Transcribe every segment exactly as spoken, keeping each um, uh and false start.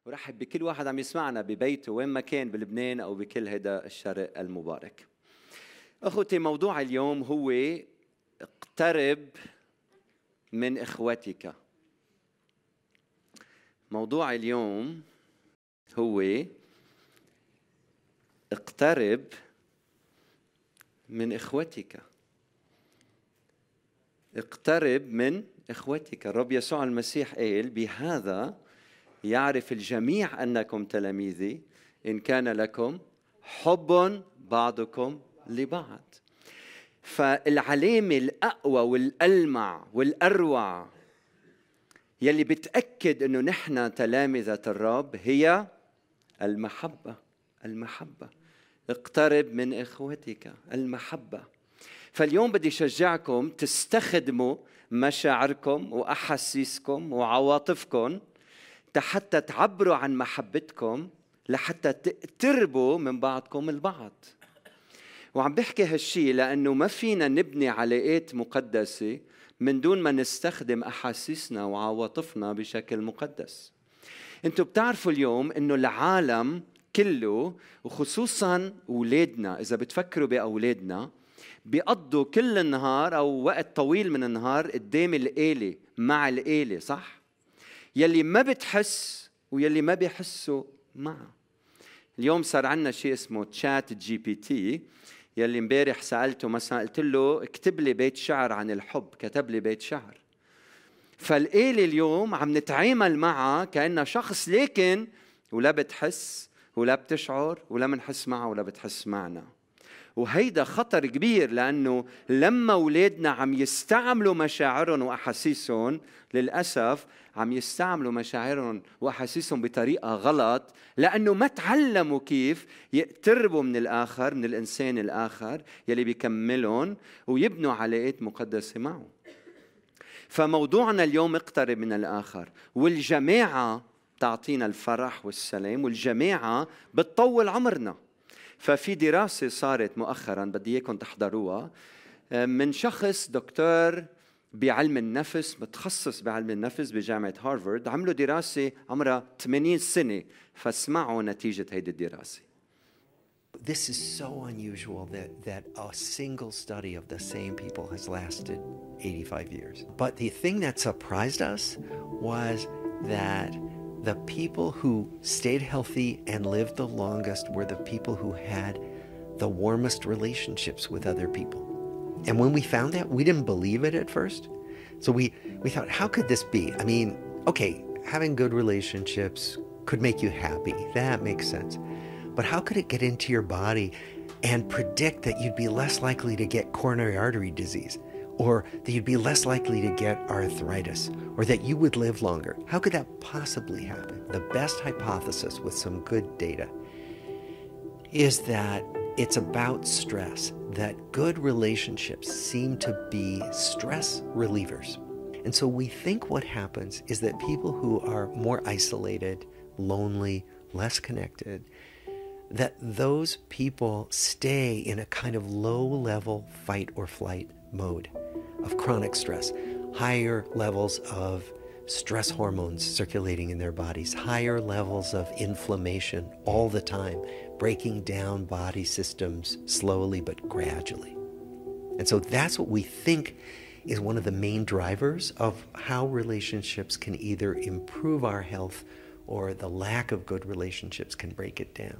ورحب بكل واحد عم يسمعنا ببيته وين ما كان بلبنان أو بكل هذا الشرق المبارك. أخوتي، موضوع اليوم هو اقترب من إخوتك. موضوع اليوم هو اقترب من إخوتك. اقترب من إخوتك. الرب يسوع المسيح قال: بهذا يعرف الجميع أنكم تلاميذي إن كان لكم حب بعضكم لبعض. فالعلامة الأقوى والألمع والأروع يلي بتأكد أنه نحن تلامذة الرب هي المحبة. المحبة. اقترب من إخوتك. المحبة. فاليوم بدي شجعكم تستخدموا مشاعركم وأحاسيسكم وعواطفكم حتى تعبروا عن محبتكم، لحتى تقتربوا من بعضكم البعض. وعم بحكي هالشي لأنه ما فينا نبني علاقات مقدسة من دون ما نستخدم أحاسيسنا وعواطفنا بشكل مقدس. انتوا بتعرفوا اليوم انه العالم كله وخصوصا أولادنا، إذا بتفكروا بأولادنا، بيقضوا كل النهار أو وقت طويل من النهار قدام الآلة، مع الآلة، صح؟ يلي ما بتحس ويلي ما بيحسوا معه. اليوم صار عندنا شيء اسمه تشات جي بي تي، يلي امبارح سألته مثلا، قلت له اكتب لي بيت شعر عن الحب، كتب لي بيت شعر. فالآلة اليوم عم نتعامل معها كأنها شخص، لكن ولا بتحس ولا بتشعر ولا منحس معها ولا بتحس معنا. وهيدا خطر كبير، لأنه لما أولادنا عم يستعملوا مشاعرهم وأحاسيسهم، للأسف عم يستعملوا مشاعرهم وأحاسيسهم بطريقة غلط، لأنه ما تعلموا كيف يقتربوا من الآخر، من الإنسان الآخر يلي بيكملهم ويبنوا علاقات مقدسة معه. فموضوعنا اليوم اقترب من الآخر، والجماعة تعطينا الفرح والسلام، والجماعة بتطول عمرنا. ففي دراسة صارت مؤخراً بدي إياكم تحضروها من شخص دكتور بعلم النفس، متخصص بعلم النفس بجامعة هارفارد. عملوا دراسة عمرها ثمانين سنة، فاسمعوا نتيجة هيدي الدراسة. This is so unusual that, that a single study of the same people has lasted eighty-five years. But the thing that surprised us was that the people who stayed healthy and lived the longest were the people who had the warmest relationships with other people. And when we found that, we didn't believe it at first. So we, we thought, how could this be? I mean, okay, having good relationships could make you happy. That makes sense. But how could it get into your body and predict that you'd be less likely to get coronary artery disease, or that you'd be less likely to get arthritis, or that you would live longer? How could that possibly happen? The best hypothesis with some good data is that it's about stress, that good relationships seem to be stress relievers. And so we think what happens is that people who are more isolated, lonely, less connected, that those people stay in a kind of low-level fight or flight mode of chronic stress, higher levels of stress hormones circulating in their bodies, higher levels of inflammation all the time, breaking down body systems slowly but gradually. And so that's what we think is one of the main drivers of how relationships can either improve our health or the lack of good relationships can break it down.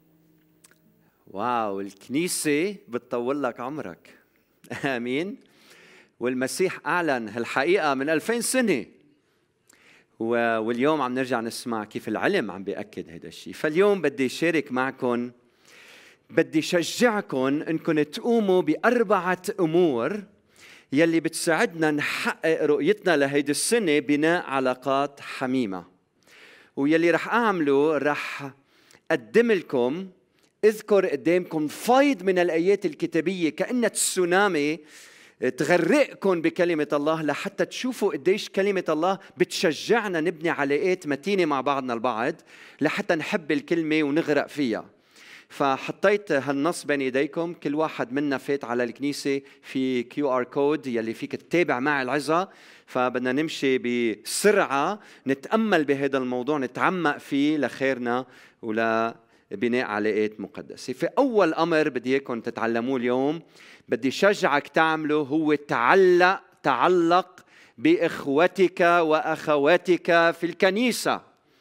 واو، الكنيسة بتطول لك عمرك. آمين. والمسيح أعلن هالحقيقة من ألفين سنة، واليوم عم نرجع نسمع كيف العلم عم بيأكد هذا الشيء. فاليوم بدي شارك معكم، بدي شجعكم إنكم تقوموا بأربعة أمور يلي بتساعدنا نحقق رؤيتنا لهيدي السنة، بناء علاقات حميمة. ويلي رح أعمله، رح أقدم لكم، اذكر قدامكم فيض من الآيات الكتابية كأنها تسونامي تغرقكم بكلمة الله، لحتى تشوفوا قديش كلمة الله بتشجعنا نبني علاقات متينة مع بعضنا البعض، لحتى نحب الكلمة ونغرق فيها. فحطيت هالنص بين ايديكم، كل واحد منا فات على الكنيسة في كيو ار كود يلي فيك تتابع معي العظة، فبدنا نمشي بسرعة نتأمل بهذا الموضوع، نتعمق فيه لخيرنا ولا بناء علاقات مقدسة. في أول أمر بدي إياكم تتعلموه اليوم، بدي شجعك تعمله، هو تعلق تعلق بإخوتك وأخواتك في الكنيسة.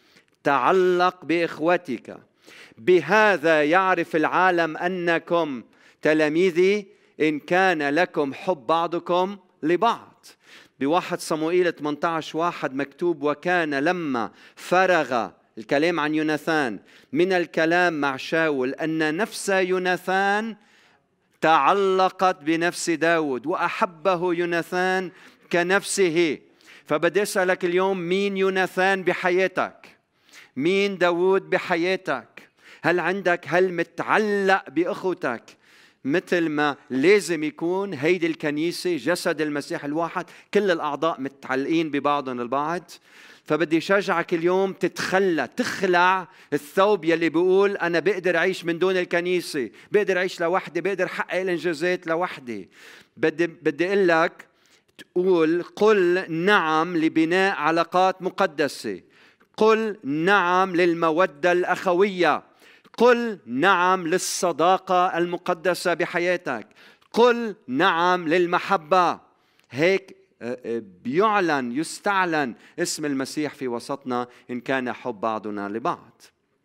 تعلق بإخوتك. بهذا يعرف العالم أنكم تلاميذي إن كان لكم حب بعضكم لبعض. بواحد صموئيل ثمانية عشر واحد مكتوب: وكان لما فرغ الكلام عن يوناثان من الكلام مع شاول أن نفس يوناثان تعلقت بنفس داود وأحبه يوناثان كنفسه. فبدي أسألك اليوم، مين يوناثان بحياتك؟ مين داود بحياتك؟ هل عندك هل متعلق بأخوتك مثل ما لازم يكون؟ هيدي الكنيسة جسد المسيح الواحد، كل الأعضاء متعلقين ببعضهم البعض. فبدي شجعك اليوم تتخلى تخلع الثوب يلي بيقول أنا بقدر أعيش من دون الكنيسة، بقدر أعيش لوحدي، بقدر حقق الإنجازات لوحدي. بدي بدي أقول لك تقول قل نعم لبناء علاقات مقدسة، قل نعم للمودة الأخوية، قل نعم للصداقة المقدسة بحياتك، قل نعم للمحبة. هيك بيعلن يستعلن اسم المسيح في وسطنا إن كان حب بعضنا لبعض.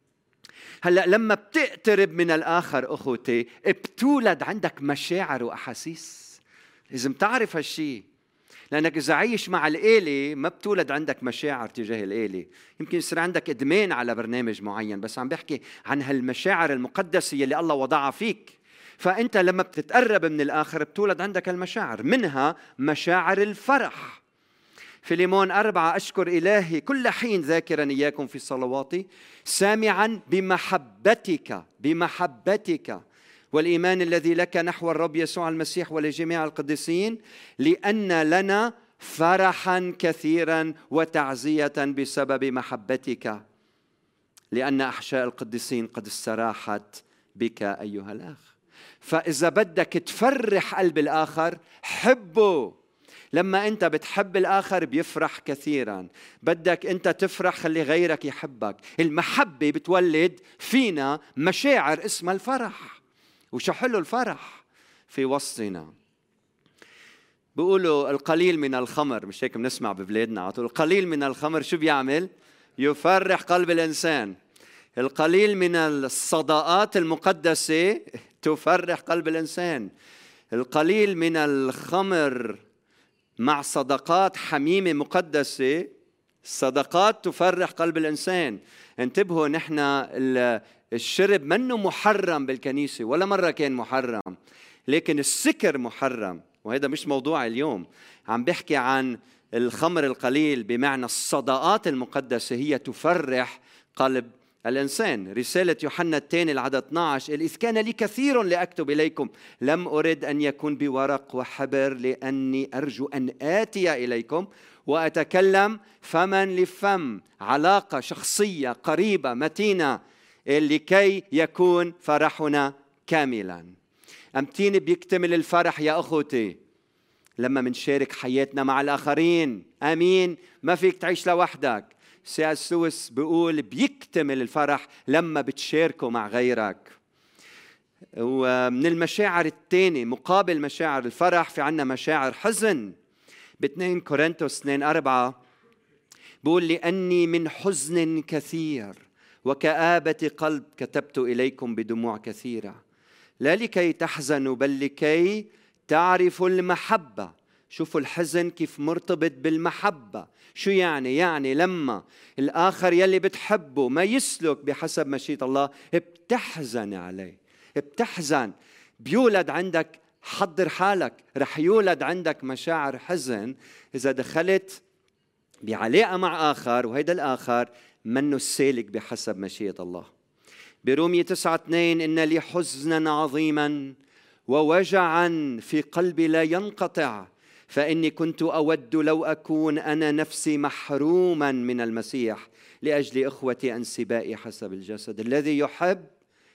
هلأ لما بتقترب من الآخر أخوتي بتولد عندك مشاعر وأحاسيس. لازم تعرف هالشي، لأنك إذا عايش مع الآلة ما بتولد عندك مشاعر تجاه الآلة. يمكن يصير عندك إدمان على برنامج معين، بس عم بحكي عن هالمشاعر المقدسة اللي الله وضعها فيك. فأنت لما بتتقرب من الآخر بتولد عندك المشاعر، منها مشاعر الفرح. فيليمون أربعة: أشكر إلهي كل حين ذاكرا إياكم في صلواتي سامعا بمحبتك بمحبتك والإيمان الذي لك نحو الرب يسوع المسيح ولجميع القديسين، لأن لنا فرحا كثيرا وتعزية بسبب محبتك، لأن أحشاء القديسين قد استراحت بك أيها الأخ. فإذا بدك تفرح قلب الآخر حبه. لما أنت بتحب الآخر بيفرح كثيرا. بدك أنت تفرح خلي غيرك يحبك. المحبة بتولد فينا مشاعر اسمها الفرح. وشو حلو الفرح في وسطنا. بيقولوا القليل من الخمر، مش هيك بنسمع ببلادنا على طول، القليل من الخمر شو بيعمل؟ يفرح قلب الإنسان. القليل من الصداقات المقدسة تفرح قلب الإنسان. القليل من الخمر مع صداقات حميمة مقدسة، الصداقات تفرح قلب الإنسان. انتبهوا، نحن الشرب منه محرم بالكنيسة، ولا مرة كان محرم، لكن السكر محرم، وهذا مش موضوع اليوم. عم بحكي عن الخمر القليل بمعنى الصداقات المقدسة هي تفرح قلب الإنسان. رسالة يوحنا الثاني العدد اثني عشر: إذ كان لي كثير لأكتب إليكم لم أرد أن يكون بورق وحبر، لأني أرجو أن آتي إليكم وأتكلم فما لفم، علاقة شخصية قريبة متينة، لكي يكون فرحنا كاملا. أمتين بيكتمل الفرح يا أخوتي لما منشارك حياتنا مع الآخرين. آمين. ما فيك تعيش لوحدك. سي اس لويس بيقول بيكتمل الفرح لما بتشاركه مع غيرك. ومن المشاعر الثانية مقابل مشاعر الفرح في عنا مشاعر حزن. باثنين كورنثوس اثنين أربعة بيقول: لأني من حزن كثير وكآبة قلب كتبت إليكم بدموع كثيرة، لا لكي تحزنوا بل لكي تعرفوا المحبة. شوفوا الحزن كيف مرتبط بالمحبة. شو يعني؟ يعني لما الآخر يلي بتحبه ما يسلك بحسب مشيئة الله بتحزن عليه، بتحزن، بيولد عندك، حضر حالك رح يولد عندك مشاعر حزن إذا دخلت بعلاقة مع آخر وهيدا الآخر منه السالك بحسب مشيئة الله. برومية تسعة اثنين: إن لي حزنا عظيما ووجعا في قلبي لا ينقطع، فإني كنت أود لو أكون أنا نفسي محروما من المسيح لأجل إخوتي أنسبائي حسب الجسد. الذي يحب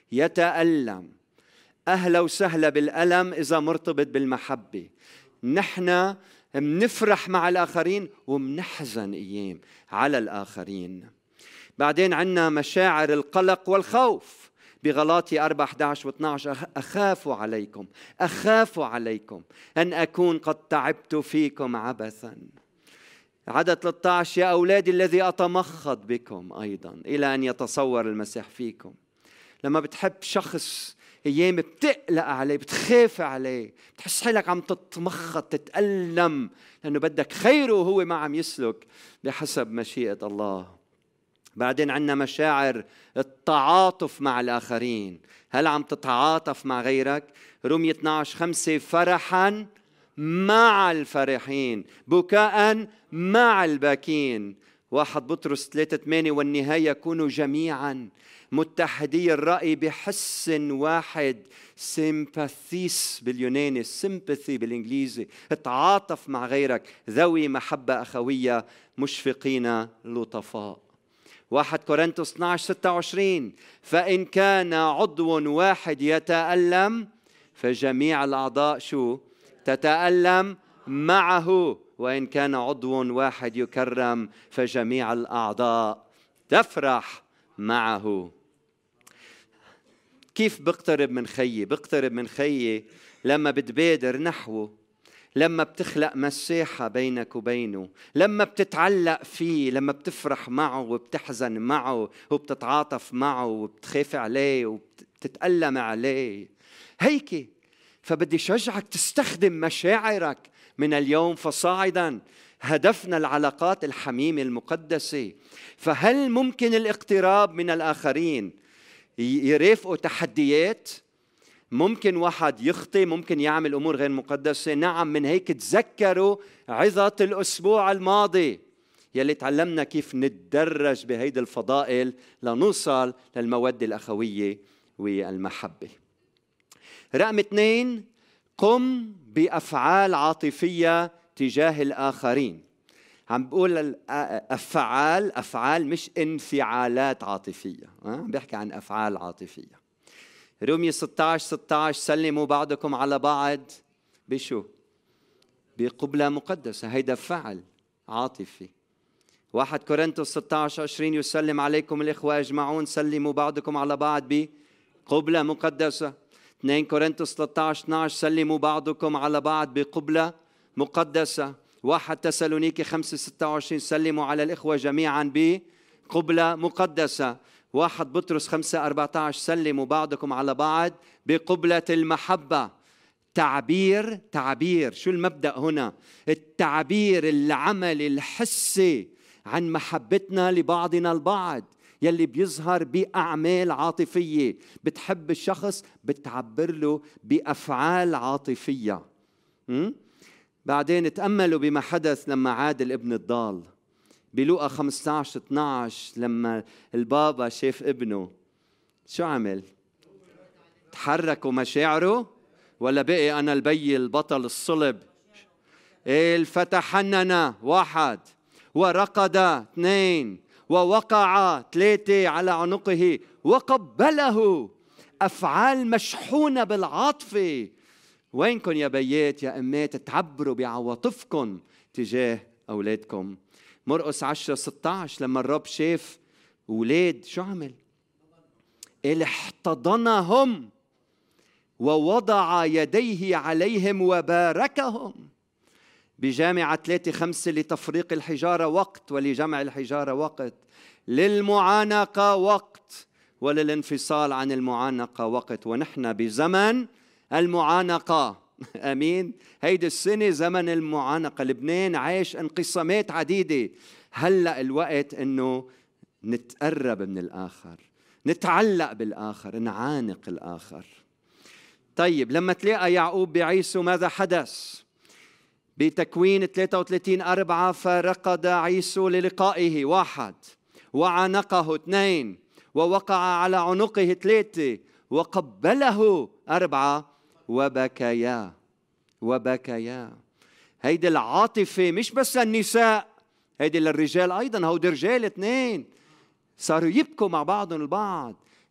يتألم. أهلا وسهلا بالألم إذا مرتبط بالمحبة. نحن منفرح مع الآخرين ومنحزن أيام على الآخرين. بعدين عنا مشاعر القلق والخوف بغلاطي أربعة أحد عشر واثني عشر. أخاف عليكم أخاف عليكم أن أكون قد تعبت فيكم عبثا. عدد ثلاثة عشر. يا أولادي الذي أتمخض بكم أيضا إلى أن يتصور المسيح فيكم. لما بتحب شخص أيام بتقلق عليه، بتخاف عليه، بتحس حالك عم تتمخض تتألم لأنه بدك خيره وهو ما عم يسلك بحسب مشيئة الله. بعدين عندنا مشاعر التعاطف مع الآخرين. هل عم تتعاطف مع غيرك؟ رومية اثني عشر خمسة. فرحا مع الفرحين بكاء مع الباكين. واحد بطرس ثلاثة ثمانية. والنهاية كونوا جميعا متحدي الرأي بحس واحد. سيمباثيس باليوناني، سيمباثي بالإنجليزي. تعاطف مع غيرك، ذوي محبة أخوية، مشفقين لطفاء. واحد كورنثوس اثني عشر ستة وعشرين. فإن كان عضو واحد يتألم فجميع الأعضاء شو؟ تتألم معه. وإن كان عضو واحد يكرم فجميع الأعضاء تفرح معه. كيف بقترب من خيي؟ بقترب من خيي لما بتبادر نحوه، لما بتخلق مساحة بينك وبينه، لما بتتعلق فيه، لما بتفرح معه وبتحزن معه وبتتعاطف معه وبتخاف عليه وبتتألم عليه. هيك فبدي شجعك تستخدم مشاعرك من اليوم فصاعدا. هدفنا العلاقات الحميمة المقدسة. فهل ممكن الاقتراب من الآخرين يرافقوا تحديات؟ ممكن واحد يخطي، ممكن يعمل أمور غير مقدسة. نعم، من هيك تذكروا عظة الأسبوع الماضي يلي تعلمنا كيف نتدرج بهيدي الفضائل لنوصل للمودة الأخوية والمحبة. رقم اثنين، قم بأفعال عاطفية تجاه الآخرين. عم بقول أفعال أفعال مش انفعالات عاطفية، عم بحكي عن أفعال عاطفية. رومية ستة عشر ستة عشر. سلموا بعضكم على بعض بشو؟ بقبلة مقدسة. هيدا فعل عاطفي. واحد كورنثوس ستة عشر عشرين. يسلم عليكم الإخوة أجمعون، سلموا بعضكم على بعض بقبلة مقدسة. اثنين كورنثوس ثلاثة عشر اثني عشر. سلموا بعضكم على بعض بقبلة مقدسة. واحد تسالونيكي خمسة ستة وعشرين. سلموا على الإخوة جميعا بقبلة مقدسة. واحد بطرس خمسة أربعة عشر. سلموا بعضكم على بعض بقبلة المحبة. تعبير تعبير شو المبدأ هنا؟ التعبير العملي الحسي عن محبتنا لبعضنا البعض يلي بيظهر بأعمال عاطفية. بتحب الشخص بتعبر له بأفعال عاطفية. م? بعدين تأملوا بما حدث لما عاد الابن الضال بلوقا خمسة عشر اثني عشر. لما البابا شاف ابنه شو عمل؟ تحركوا مشاعره ولا بقي أنا البي البطل الصلب؟ الفتى حنن واحد، ورقد اثنين، ووقع ثلاثة على عنقه وقبله. أفعال مشحونة بالعاطفة. وينكم يا بيات يا أمات تعبروا بعواطفكم تجاه أولادكم؟ مرقس عشرة ستة عشر. لما الرب شاف أولاد شو عمل؟ قال احتضنهم ووضع يديه عليهم وباركهم. بجامعة ثلاثة خمسة. لتفريق الحجارة وقت ولجمع الحجارة وقت، للمعانقة وقت وللانفصال عن المعانقة وقت. ونحن بزمن المعانقة. أمين. هيدي السنة زمن المعانقة. لبنان عايش انقسامات عديدة. هلأ الوقت أنه نتقرب من الآخر، نتعلق بالآخر، نعانق الآخر. طيب لما تلاقى يعقوب بعيسو ماذا حدث؟ بتكوين ثلاثة وثلاثين أربعة. فرقد عيسو للقائه واحد، وعانقه اثنين، ووقع على عنقه ثلاثة، وقبله أربعة، وبكيا وبكيا. هيدي العاطفة مش بس النساء، هيدي للرجال أيضا. هودي رجال اثنين صاروا يبكوا مع بعضهم البعض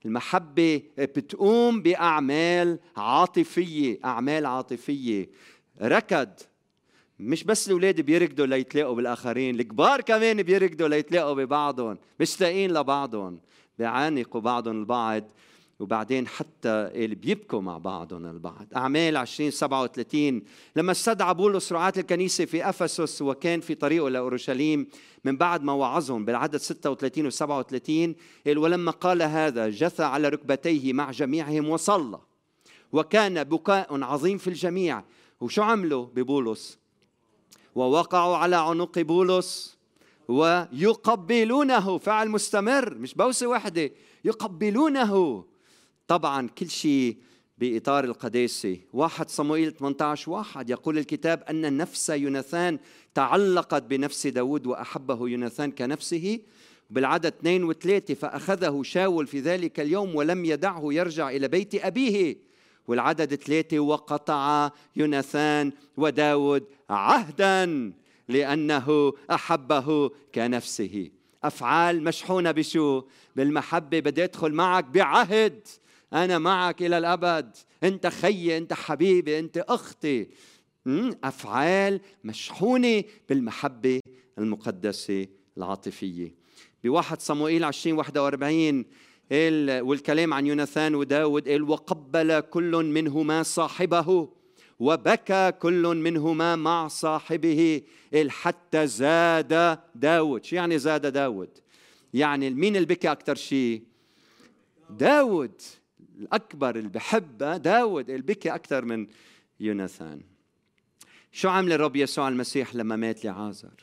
المحبة بتقوم بأعمال عاطفية، أعمال عاطفية. ركض، مش بس الأولاد بيركضوا ليتلاقوا بالآخرين، الكبار كمان بيركضوا ليتلاقوا ببعضهم، مشتاقين لبعضهم، بيعانقوا بعضهم البعض، وبعدين حتى اللي بيبكوا مع بعضهم البعض. أعمال عشرين سبعة وثلاثين، لما استدعى بولس رعاة الكنيسة في أفسس وكان في طريقه لأورشليم من بعد ما وعظهم بالعدد ستة وثلاثين و سبعة وثلاثين، ولما قال هذا جثى على ركبتيه مع جميعهم وصلى، وكان بكاء عظيم في الجميع. وشو عملوا ببولس؟ ووقعوا على عنق بولس ويقبلونه، فعل مستمر، مش بوسة واحدة، يقبلونه. طبعا كل شيء بإطار القداسة. واحد صموئيل ثمانية عشر واحد يقول الكتاب أن نفس يوناثان تعلقت بنفس داود وأحبه يوناثان كنفسه. بالعدد اثنين وثلاثة، فأخذه شاول في ذلك اليوم ولم يدعه يرجع إلى بيت أبيه. والعدد ثلاثة، وقطع يوناثان وداود عهدا لأنه أحبه كنفسه. أفعال مشحونة بشو؟ بالمحبة. بدي أدخل معك بعهد، أنا معك إلى الأبد، أنت خيي، أنت حبيبي، أنت أختي. أفعال مشحونة بالمحبة المقدسة العاطفية. بواحد صموئيل عشرين واحد وأربعين والكلام عن يوناثان وداود، قال وقبل كل منهما صاحبه وبكى كل منهما مع صاحبه، حتى زاد داود. شو يعني زاد داود؟ يعني مين اللي بكى أكتر شيء؟ داود الأكبر اللي بحب داود، اللي بكى أكتر من يوناثان. شو عمل الرب يسوع المسيح لما مات لعازر؟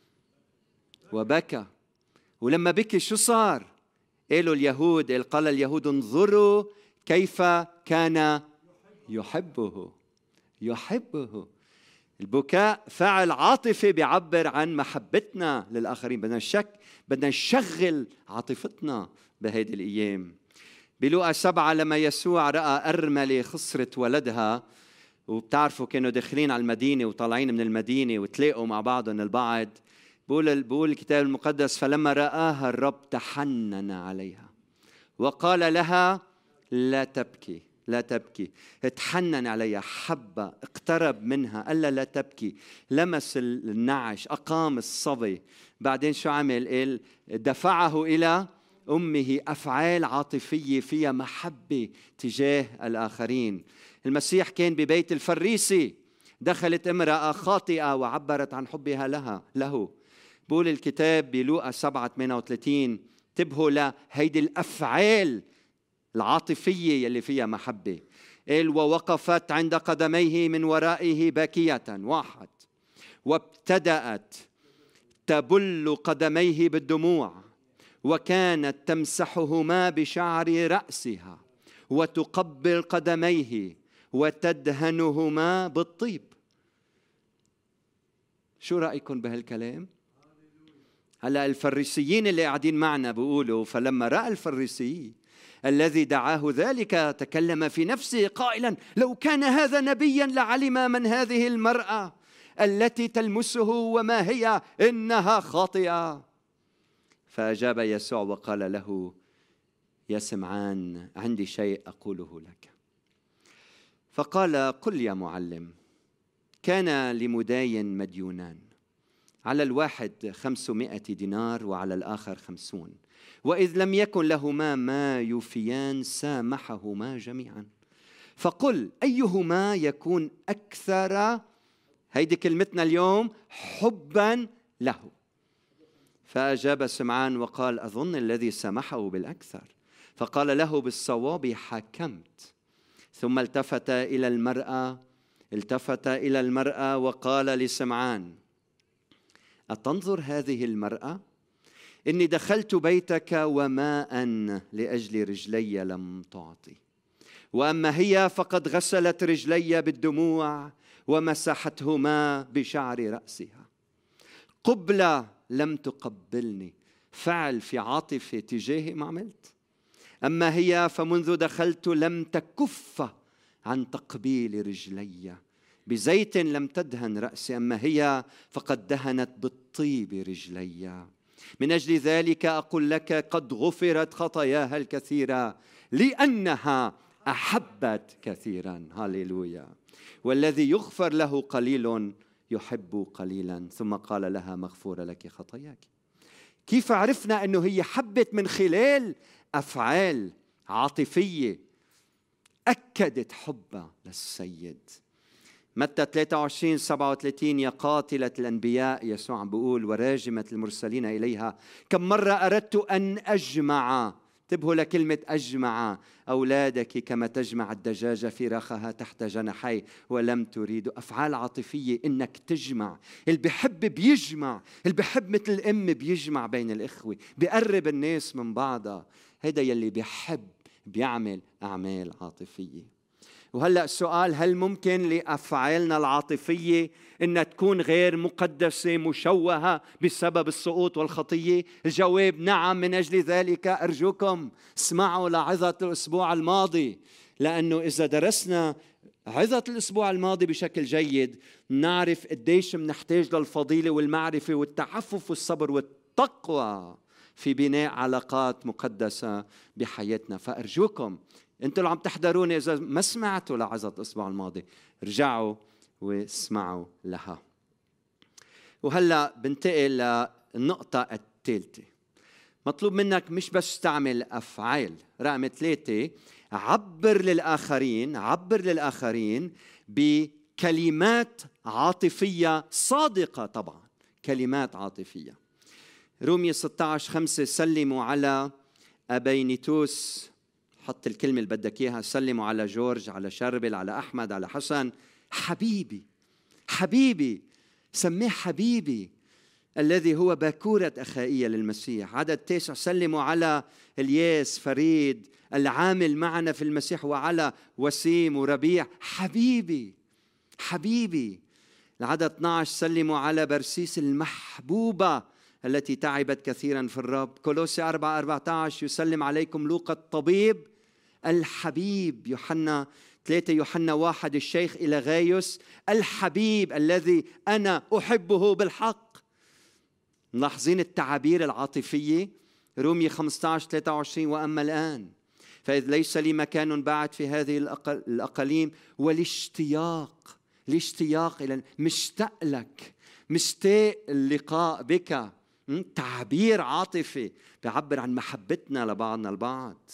وبكى. ولما بكي شو صار؟ قالوا اليهود، قال اليهود انظروا كيف كان يحبه. يحبه. البكاء فعل عاطفي بيعبر عن محبتنا للآخرين. بدنا نشك بدنا نشغل عاطفتنا بهذه الأيام. بلوقا سبعة لما يسوع رأى أرملة خسرت ولدها، وبتعرفوا كانوا داخلين على المدينة وطالعين من المدينة وتلاقوا مع بعضهم البعض، بقول بقول الكتاب المقدس فلما رآها الرب تحنن عليها وقال لها لا تبكي لا تبكي. تحنن عليها، حبة، اقترب منها، قال لها لا تبكي، لمس النعش، أقام الصبي. بعدين شو عمل؟ قال دفعه إلى أمه. أفعال عاطفية فيها محبة تجاه الآخرين. المسيح كان ببيت الفريسي، دخلت امرأة خاطئة وعبرت عن حبها لها له. بقول الكتاب بلوقا سبعة ثمانية وثلاثين، انتبهوا لهيدي الأفعال العاطفية اللي فيها محبة. قال ووقفت عند قدميه من ورائه باكية، واحد، وابتدأت تبل قدميه بالدموع، وكانت تمسحهما بشعر رأسها وتقبل قدميه وتدهنهما بالطيب. شو رأيكم بهالكلام؟ هلأ الفريسيين اللي قاعدين معنا بيقولوا فلما رأى الفريسي الذي دعاه ذلك تكلم في نفسه قائلا لو كان هذا نبيا لعلم من هذه المرأة التي تلمسه وما هي، إنها خاطئة. فأجاب يسوع وقال له يا سمعان عندي شيء أقوله لك. فقال قل يا معلم. كان لمداين مديونان، على الواحد خمسمائة دينار وعلى الآخر خمسون، وإذ لم يكن لهما ما يوفيان سامحهما جميعا. فقل أيهما يكون أكثر، هيدي كلمتنا اليوم، حبا له. فأجاب سمعان وقال أظن الذي سامحه بالأكثر. فقال له بالصواب حكمت. ثم التفت إلى المرأة التفت إلى المرأة وقال لسمعان أتنظر هذه المرأة؟ إني دخلت بيتك وماء لأجل رجلي لم تعطي، وأما هي فقد غسلت رجلي بالدموع ومسحتهما بشعر رأسها. قبلة لم تقبلني، فعل في عاطفة تجاهي ما عملت. أما هي فمنذ دخلت لم تكف عن تقبيل رجلي، بزيت لم تدهن رأسي. أما هي فقد دهنت بالطيب رجلي. من أجل ذلك أقول لك قد غفرت خطاياها الكثيرة لأنها أحبت كثيرا. هاليلويا. والذي يغفر له قليل يحب قليلا. ثم قال لها مغفورة لك خطاياك. كيف عرفنا أنه هي حبت؟ من خلال أفعال عاطفية أكدت حبها للسيد. متى ثلاثة وعشرين سبعة وثلاثين يا قاتلة الأنبياء، يسوع عم بيقول وراجمة المرسلين إليها، كم مرة أردت أن أجمع، انتبهوا لكلمة أجمع، أولادك كما تجمع الدجاجة فراخها تحت جناحي ولم تريدوا. أفعال عاطفية إنك تجمع. اللي بيحب بيجمع، اللي بيحب مثل الأم بيجمع بين الإخوة، بيقرب الناس من بعضها. هذا يلي بيحب بيعمل أعمال عاطفية. وهلأ السؤال، هل ممكن لأفعالنا العاطفية إنها تكون غير مقدسة مشوهة بسبب السقوط والخطية؟ الجواب نعم. من أجل ذلك أرجوكم اسمعوا لعظة الأسبوع الماضي، لأنه إذا درسنا عظة الأسبوع الماضي بشكل جيد نعرف قديش منحتاج للفضيلة والمعرفة والتعفف والصبر والتقوى في بناء علاقات مقدسة بحياتنا. فأرجوكم انتوا اللي عم تحضروني إذا ما سمعتوا لعظة الأسبوع الماضي رجعوا واسمعوا لها. وهلأ بنتقل للنقطة الثالثة. مطلوب منك مش بس تعمل أفعال. رقم ثلاثة، عبر للآخرين، عبر للآخرين بكلمات عاطفية صادقة. طبعا كلمات عاطفية. رومية ستة عشر خمسة سلموا على أبينيتوس، حط الكلمة اللي بدك إياها، سلموا على جورج، على شربل، على أحمد، على حسن. حبيبي، حبيبي، سميه حبيبي الذي هو باكورة أخائية للمسيح. عدد تاسع سلموا على الياس، فريد العامل معنا في المسيح، وعلى وسيم وربيع. حبيبي، حبيبي. العدد اثنا عشر سلموا على برسيس المحبوبة التي تعبت كثيرا في الرب. كولوسي أربعة أربعة عشر يسلم عليكم لوقا الطبيب الحبيب. يوحنا ثلاثة يوحنا واحد الشيخ إلى غايوس الحبيب الذي أنا أحبه بالحق. ملاحظين التعابير العاطفية؟ رومية خمسة عشر ثلاثة وعشرين وأما الآن فإذ ليس لي مكان بعد في هذه الأقل الأقاليم والاشتياق، الاشتياق إلى، مشتاق لك، مشتاق اللقاء بك. تعبير عاطفي بيعبر عن محبتنا لبعضنا البعض.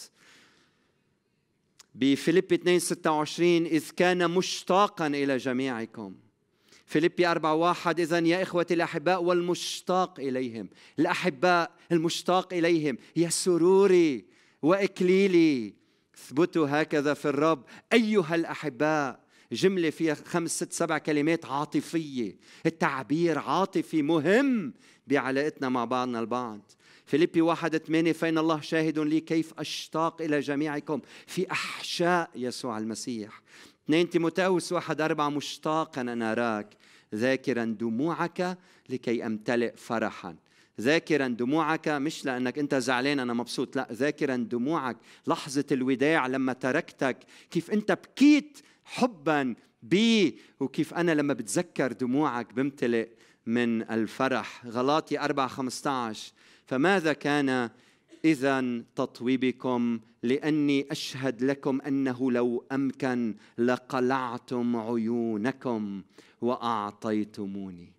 بفيليبي اثنين ستة وعشرين إذ كان مشتاقا إلى جميعكم. فيليبي أربعة واحد إذن يا إخوتي الأحباء والمشتاق إليهم. الأحباء المشتاق إليهم يا سروري وإكليلي اثبتوا هكذا في الرب أيها الأحباء. جملة فيها خمس ست سبع كلمات عاطفية. التعبير عاطفي مهم بعلاقتنا مع بعضنا البعض. فيليبي واحد ثمانية فإن الله شاهد لي كيف أشتاق إلى جميعكم في أحشاء يسوع المسيح. اثنين تيموثاوس واحد أربعة مشتاقا أن أراك ذاكرا دموعك لكي أمتلئ فرحا. ذاكرا دموعك مش لأنك أنت زعلان أنا مبسوط، لا، ذاكرا دموعك لحظة الوداع لما تركتك، كيف أنت بكيت حبا بي، وكيف أنا لما بتذكر دموعك بمتلئ من الفرح. غلاطي أربعة خمسة عشر فماذا كان إذن تطويبكم لأني أشهد لكم أنه لو أمكن لقلعتم عيونكم وأعطيتموني.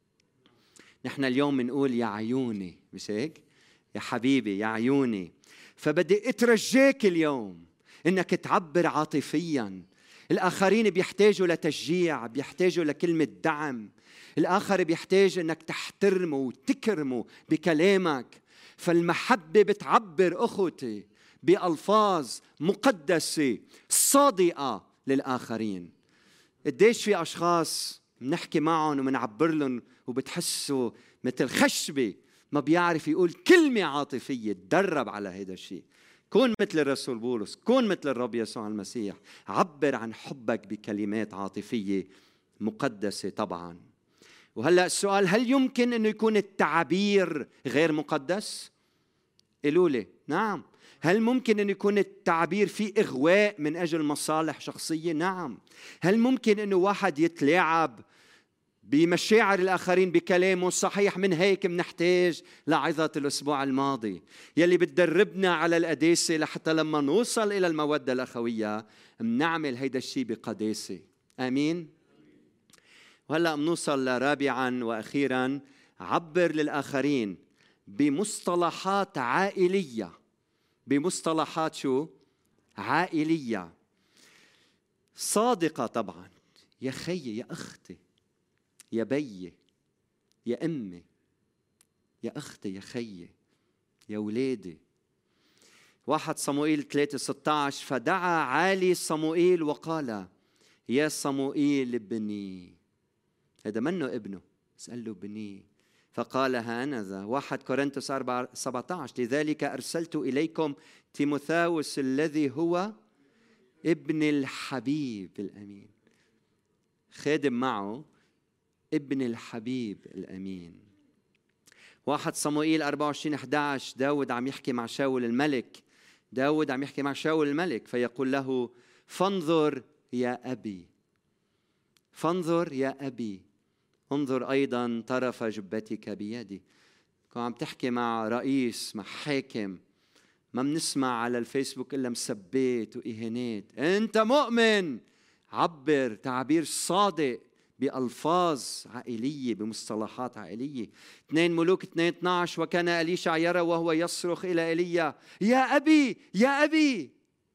نحن اليوم نقول يا عيوني، مش هيك؟ يا حبيبي يا عيوني. فبدي أترجاك اليوم إنك تعبر عاطفياً. الآخرين بيحتاجوا لتشجيع، بيحتاجوا لكلمة دعم. الآخر بيحتاج إنك تحترمه وتكرمه بكلامك. فالمحبة بتعبر أخوتي بألفاظ مقدسة صادقة للآخرين. قديش في أشخاص بنحكي معهم وبنعبر لهم وبتحسوا مثل خشبة ما بيعرف يقول كلمة عاطفية. تدرب على هذا الشيء. كون مثل الرسول بولس، كون مثل الرب يسوع المسيح. عبر عن حبك بكلمات عاطفية مقدسة طبعا. وهلأ السؤال، هل يمكن أنه يكون التعبير غير مقدس؟ قالوا لي نعم. هل ممكن أن يكون التعبير فيه إغواء من أجل مصالح شخصية؟ نعم. هل ممكن أنه واحد يتلاعب بمشاعر الآخرين بكلامه الصحيح. من هيك منحتاج لعظة الأسبوع الماضي يلي بتدربنا على القداسة، لحتى لما نوصل إلى المودة الأخوية منعمل هيدا الشيء بقداسة. آمين. وهلأ منوصل رابعا وأخيرا، عبر للآخرين بمصطلحات عائلية. بمصطلحات شو؟ عائلية صادقة طبعا. يا خيي، يا أختي، يا بيي، يا أمي، يا أختي، يا خيي، يا ولادي. واحد صموئيل ثلاثة ستة عشر، فدعا عالي صموئيل وقال يا صموئيل ابني. هذا منه ابنه، اسأل له ابني. فقال هانذا. واحد كورنثوس أربعة سبعة عشر، لذلك أرسلت إليكم تيموثاوس الذي هو ابن الحبيب الأمين. خادم معه، ابن الحبيب الأمين. واحد صموئيل أربعة وعشرين أحد عشر، داود عم يحكي مع شاول الملك. داود عم يحكي مع شاول الملك فيقول له فانظر يا أبي، فانظر يا أبي، انظر أيضا طرف جبتك بيدي. كون عم تحكي مع رئيس، مع حاكم، ما بنسمع على الفيسبوك إلا مسبات وإهانات. أنت مؤمن، عبر تعبير صادق بألفاظ عائلية، بمصطلحات عائلية. اثنين ملوك اثنين اثنا عشر، وكان أليشع يرى وهو يصرخ إلى ايليا يا أبي يا أبي.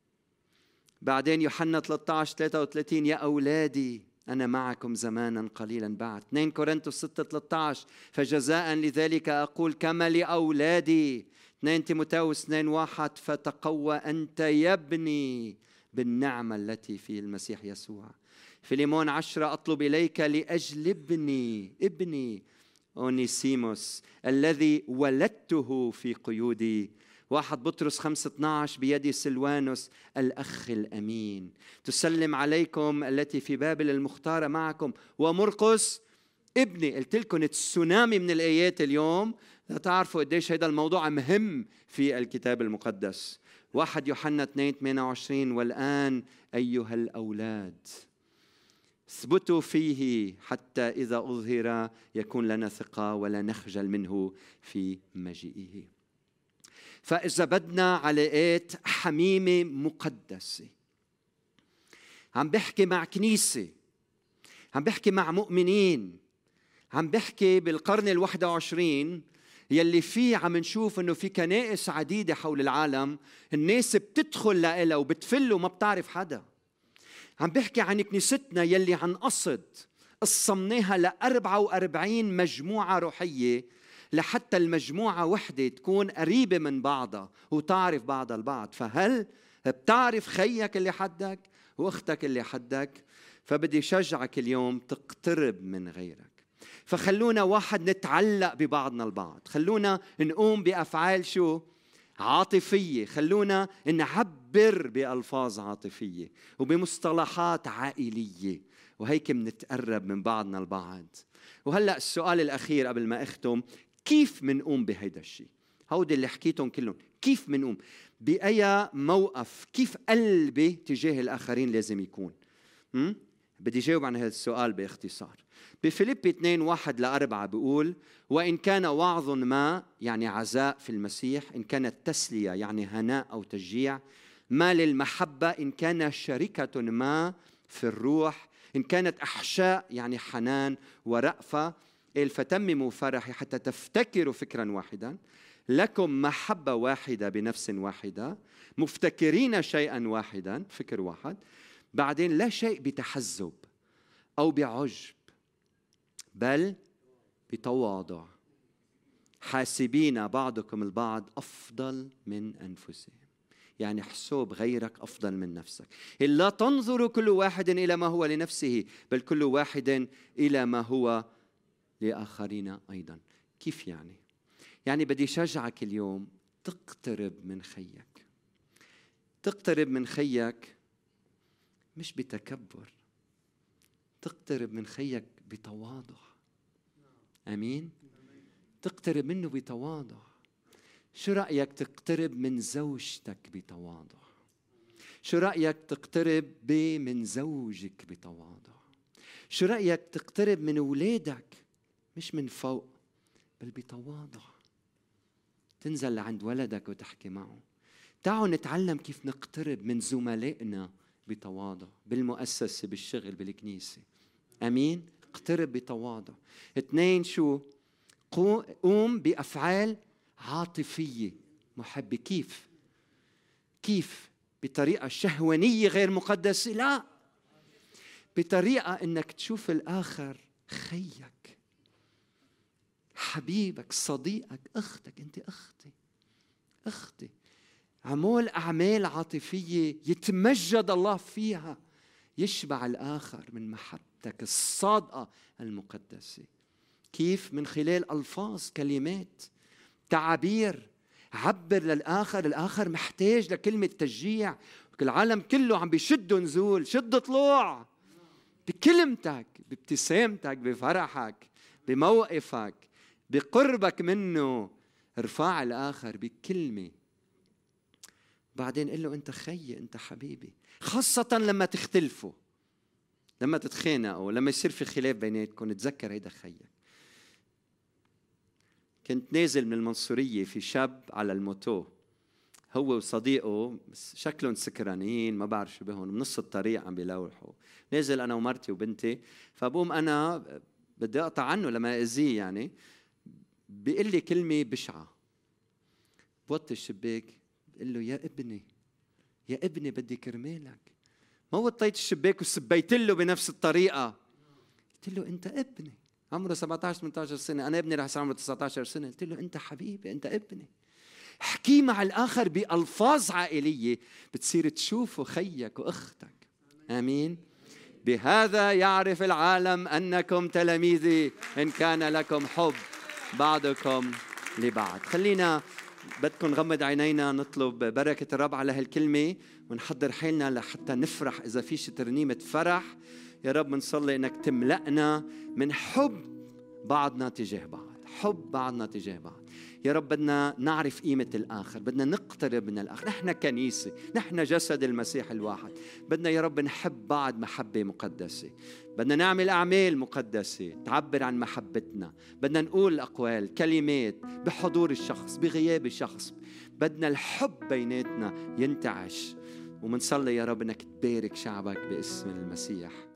بعدين يوحنا ثلاثة عشر ثلاثة وثلاثين، يا أولادي أنا معكم زمانا قليلا بعد. اثنين كورنثوس ستة ثلاثة عشر، فجزاء لذلك أقول كما لأولادي. اثنين تيموثاوس اثنين واحد، فتقوى أنت يا ابني بالنعمة التي في المسيح يسوع. فيليمون عشرة، أطلب إليك لأجل ابني ابني أونيسيموس الذي ولدته في قيودي. واحد بطرس خمسة اثنا عشر، بيدي سلوانوس الأخ الأمين. تسلم عليكم التي في بابل المختارة معكم، ومرقس ابني. قلت لكم تسونامي من الآيات اليوم لتعرفوا قديش هذا الموضوع مهم في الكتاب المقدس. واحد يوحنا اثنين ثمانية وعشرين، والآن أيها الأولاد اثبتوا فيه حتى إذا أظهر يكون لنا ثقة ولا نخجل منه في مجيئه. فإذا بدنا علاقات حميمة مقدسة، عم بحكي مع كنيسة، عم بحكي مع مؤمنين، عم بحكي بالقرن الواحد وعشرين يلي فيه عم نشوف انه في كنائس عديدة حول العالم الناس بتدخل لها وبتفل وما بتعرف حدا. عم بحكي عن كنيستنا يلي عن قصد قسمناها ل أربعة وأربعين مجموعة روحية لحتى المجموعة وحدة تكون قريبة من بعضها وتعرف بعضها البعض. فهل بتعرف خيك اللي حدك واختك اللي حدك؟ فبدي شجعك اليوم تقترب من غيرك. فخلونا واحد نتعلق ببعضنا البعض، خلونا نقوم بأفعال شو؟ عاطفية، خلونا نعبر بألفاظ عاطفية وبمصطلحات عائلية، وهيك منتقرب من بعضنا البعض. وهلأ السؤال الأخير قبل ما أختم، كيف منقوم بهيدا الشيء؟ هودي اللي حكيتهم كلهم، كيف منقوم؟ بأي موقف؟ كيف قلبي تجاه الآخرين لازم يكون؟ م? بدي جاوب عن هذا السؤال باختصار. بفيليب اثنين واحد لأربعة بيقول وإن كان وعظ ما يعني عزاء في المسيح، إن كانت تسلية يعني هناء أو تشجيع، ما للمحبة، إن كان شركة ما في الروح، إن كانت أحشاء يعني حنان ورأفة، فتمموا فرحي حتى تفتكروا فكرا واحدا، لكم محبة واحدة بنفس واحدة، مفتكرين شيئا واحدا، فكر واحد. بعدين لا شيء بتحزب أو بعجب، بل بتواضع، حاسبين بعضكم البعض أفضل من أنفسهم. يعني حسوب غيرك أفضل من نفسك. إلا تنظروا كل واحد إلى ما هو لنفسه، بل كل واحد إلى ما هو لآخرين أيضا. كيف يعني؟ يعني بدي شجعك اليوم تقترب من خيك. تقترب من خيك مش بتكبر، تقترب من خيك بتواضع. أمين؟ تقترب منه بتواضع. شو رأيك تقترب من زوجتك بتواضع؟ شو رأيك تقترب من زوجك بتواضع؟ شو رأيك تقترب من أولادك مش من فوق بل بتواضع، تنزل لعند ولدك وتحكي معه. تعالوا نتعلم كيف نقترب من زملائنا بتواضع، بالمؤسسة، بالشغل، بالكنيسة. أمين. اقترب بتواضع. اثنين، شو؟ قوم بأفعال عاطفية محبة. كيف؟ كيف؟ بطريقة شهوانية غير مقدسة؟ لا، بطريقة انك تشوف الآخر خيك، حبيبك، صديقك، اختك. انت اختي، اختي. عمول أعمال عاطفية يتمجد الله فيها، يشبع الآخر من محبتك الصادقة المقدسة. كيف؟ من خلال ألفاظ، كلمات، تعابير. عبر للآخر، الآخر محتاج لكلمة تشجيع. العالم كله عم بيشدوا نزول، شد طلوع. بكلمتك، بابتسامتك، بفرحك، بموقفك، بقربك منه، ارفع الآخر بكلمة. بعدين قل له أنت خيي، أنت حبيبي. خاصة لما تختلفوا، لما تتخانقوا، لما يصير في خلاف بيناتكم، تذكر هيدا خيك. كنت نازل من المنصورية، في شاب على الموتو، هو وصديقه شكلهم سكرانين، ما بعرف شو بهم، بنص الطريق عم بيلوحوا. نازل أنا ومرتي وبنتي، فبقوم أنا بدي أقطع عنه لما أذيه يعني، بيقول لي كلمة بشعة. بوطي الشباك بقول له يا ابني، يا ابني بدي كرمالك. ما وطيت الشباك وسبيت له بنفس الطريقة. قلت له أنت ابني، عمره سبعة عشر ثمانية عشر سنة، أنا ابني رح يصير عمره تسعة عشر سنة. قلت له أنت حبيبي، أنت ابني. احكي مع الآخر بألفاظ عائلية، بتصير تشوفه خيك وأختك. آمين. بهذا يعرف العالم أنكم تلاميذي إن كان لكم حب بعضكم لبعض. خلينا بدكم نغمض عينينا، نطلب بركة الرب على هالكلمة ونحضر حالنا لحتى نفرح. إذا في شي ترنيمة فرح يا رب منصلي إنك تملأنا من حب بعضنا تجاه بعض، حب بعضنا تجاه بعض. يا رب بدنا نعرف قيمة الآخر، بدنا نقترب من الآخر. نحن كنيسة، نحن جسد المسيح الواحد. بدنا يا رب نحب بعض محبة مقدسة، بدنا نعمل أعمال مقدسة تعبر عن محبتنا. بدنا نقول أقوال، كلمات بحضور الشخص، بغياب الشخص. بدنا الحب بيناتنا ينتعش. ومنصلي يا رب إنك تبارك شعبك باسم المسيح.